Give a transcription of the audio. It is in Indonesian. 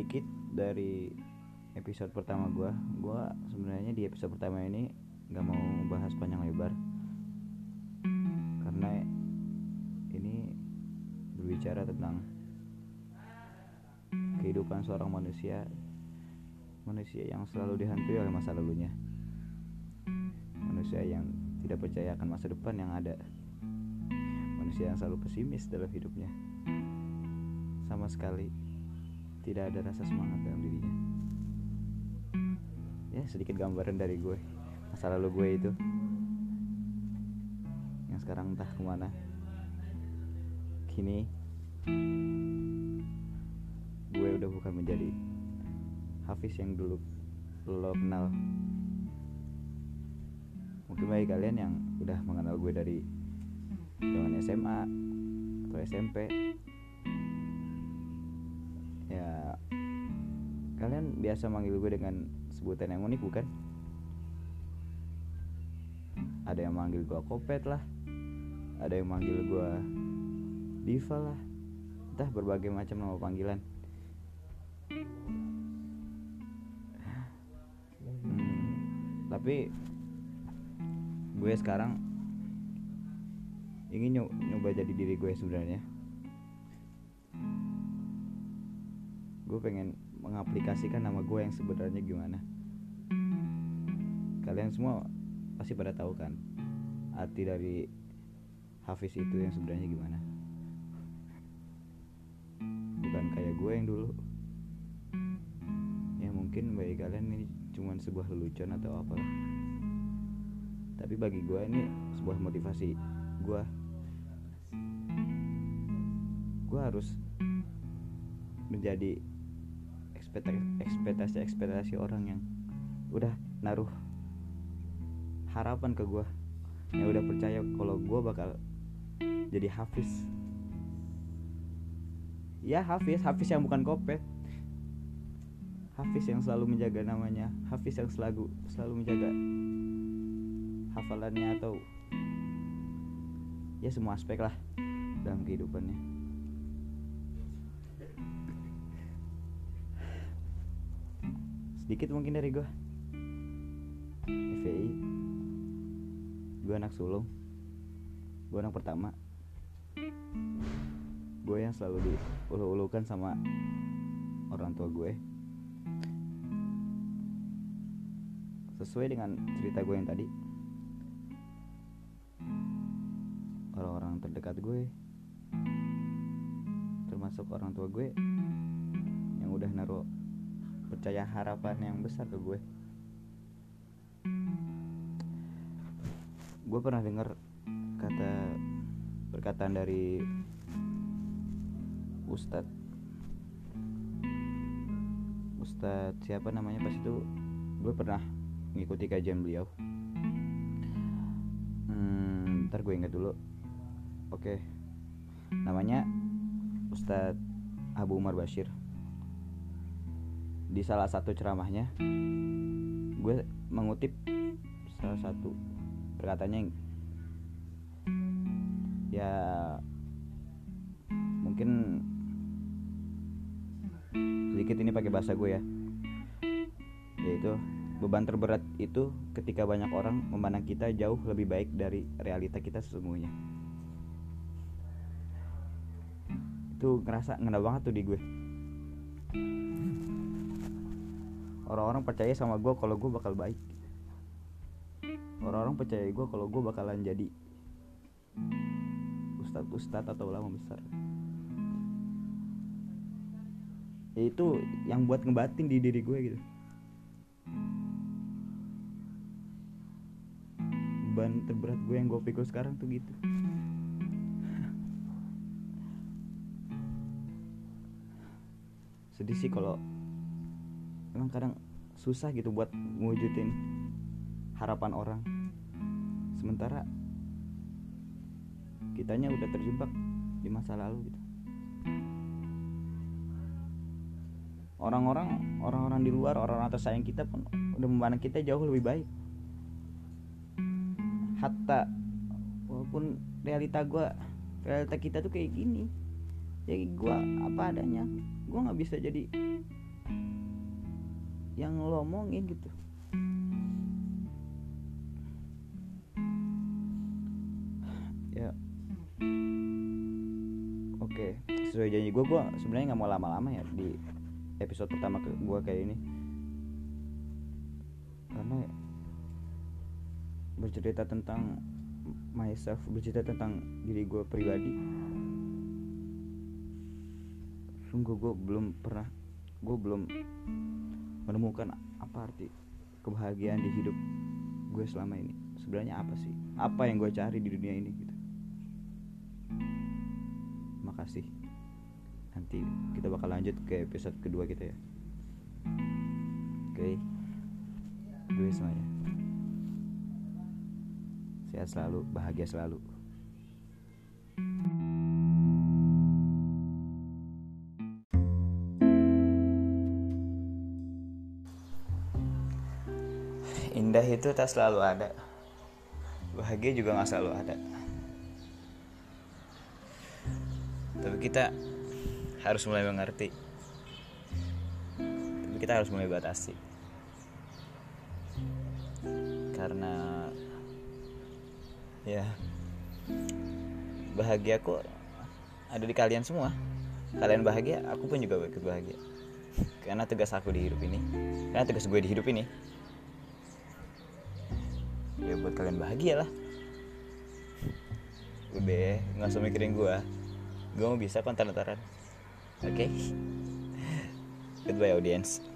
sedikit dari episode pertama gue sebenarnya di episode pertama ini nggak mau bahas panjang lebar karena ini berbicara tentang kehidupan seorang manusia yang selalu dihantui oleh masa lalunya, manusia yang tidak percaya akan masa depan yang ada, manusia yang selalu pesimis dalam hidupnya, sama sekali tidak ada rasa semangat dalam dirinya. Ya, sedikit gambaran dari gue, masa lalu gue itu yang sekarang entah kemana. Kini gue udah bukan menjadi Hafiz yang dulu lo kenal. Mungkin bagi kalian yang udah mengenal gue dari zaman SMA atau SMP, ya kalian biasa manggil gue dengan sebutan yang unik, bukan? Ada yang manggil gue Kopet lah, ada yang manggil gue Diva lah, entah berbagai macam nama panggilan. Tapi gue sekarang ingin nyoba jadi diri gue sebenarnya. Gue pengen mengaplikasikan nama gue yang sebenarnya gimana. Kalian semua pasti pada tahu kan arti dari Hafiz itu yang sebenarnya gimana. Bukan kayak gue yang dulu. Ya mungkin bagi kalian ini cuma sebuah lelucon atau apalah. Tapi bagi gue ini sebuah motivasi gue. Gue harus menjadi ekspektasi orang yang udah naruh harapan ke gue, yang udah percaya kalau gue bakal jadi Hafiz. Ya Hafiz yang bukan Kopet. Hafiz yang selalu menjaga namanya, Hafiz yang selalu menjaga hafalannya atau ya semua aspek lah dalam kehidupannya. Sedikit mungkin dari gue. FVI, gue anak sulung, gue anak pertama, gue yang selalu diulu-ulukan sama orang tua gue. Sesuai dengan cerita gue yang tadi, orang-orang terdekat gue, termasuk orang tua gue, yang udah naruh percaya harapan yang besar ke gue. Gue pernah dengar perkataan dari Ustadz siapa namanya, pas itu gue pernah mengikuti kajian beliau. Ntar gue ingat dulu. Oke. Namanya Ustadz Abu Umar Bashir. Di salah satu ceramahnya gue mengutip salah satu perkataannya yang ya mungkin sedikit ini pakai bahasa gue ya, yaitu beban terberat itu ketika banyak orang memandang kita jauh lebih baik dari realita kita sesungguhnya. Itu ngerasa ngena banget tuh di gue. Orang-orang percaya sama gue kalau gue bakal baik. Orang-orang percaya gue kalau gue bakalan jadi ustadz atau ulama besar. Ya itu yang buat ngebatin di diri gue gitu. Beban terberat gue yang gue pikul sekarang tuh gitu. Sedih sih kalau emang kadang susah gitu buat mewujudin harapan orang, sementara kitanya udah terjebak di masa lalu gitu. Orang-orang di luar, orang-orang tersayang kita pun udah memandang kita jauh lebih baik. Hatta walaupun realita kita tuh kayak gini, jadi gue apa adanya, gue nggak bisa jadi yang lo omongin gitu. Ya oke, sesuai janji gue sebenarnya nggak mau lama-lama ya di episode pertama gue kayak ini, karena bercerita tentang myself, bercerita tentang diri gue pribadi. Sungguh gue belum menemukan apa arti kebahagiaan di hidup gue selama ini. Sebenarnya apa sih, apa yang gue cari di dunia ini gitu. Makasih. Nanti kita bakal lanjut ke episode kedua kita ya. Oke. Gue semuanya sehat selalu, bahagia selalu. Indah itu tak selalu ada, bahagia juga gak selalu ada. Tapi kita harus mulai mengerti, tapi kita harus mulai batasi. Karena ya bahagiaku ada di kalian semua. Kalian bahagia, aku pun juga ikut bahagia. Karena tugas aku di hidup ini, karena tugas gue di hidup ini ya buat kalian bahagia lah. Udah, gak usah mikirin gue mau bisa konten-kontenan. Oke? Goodbye audience.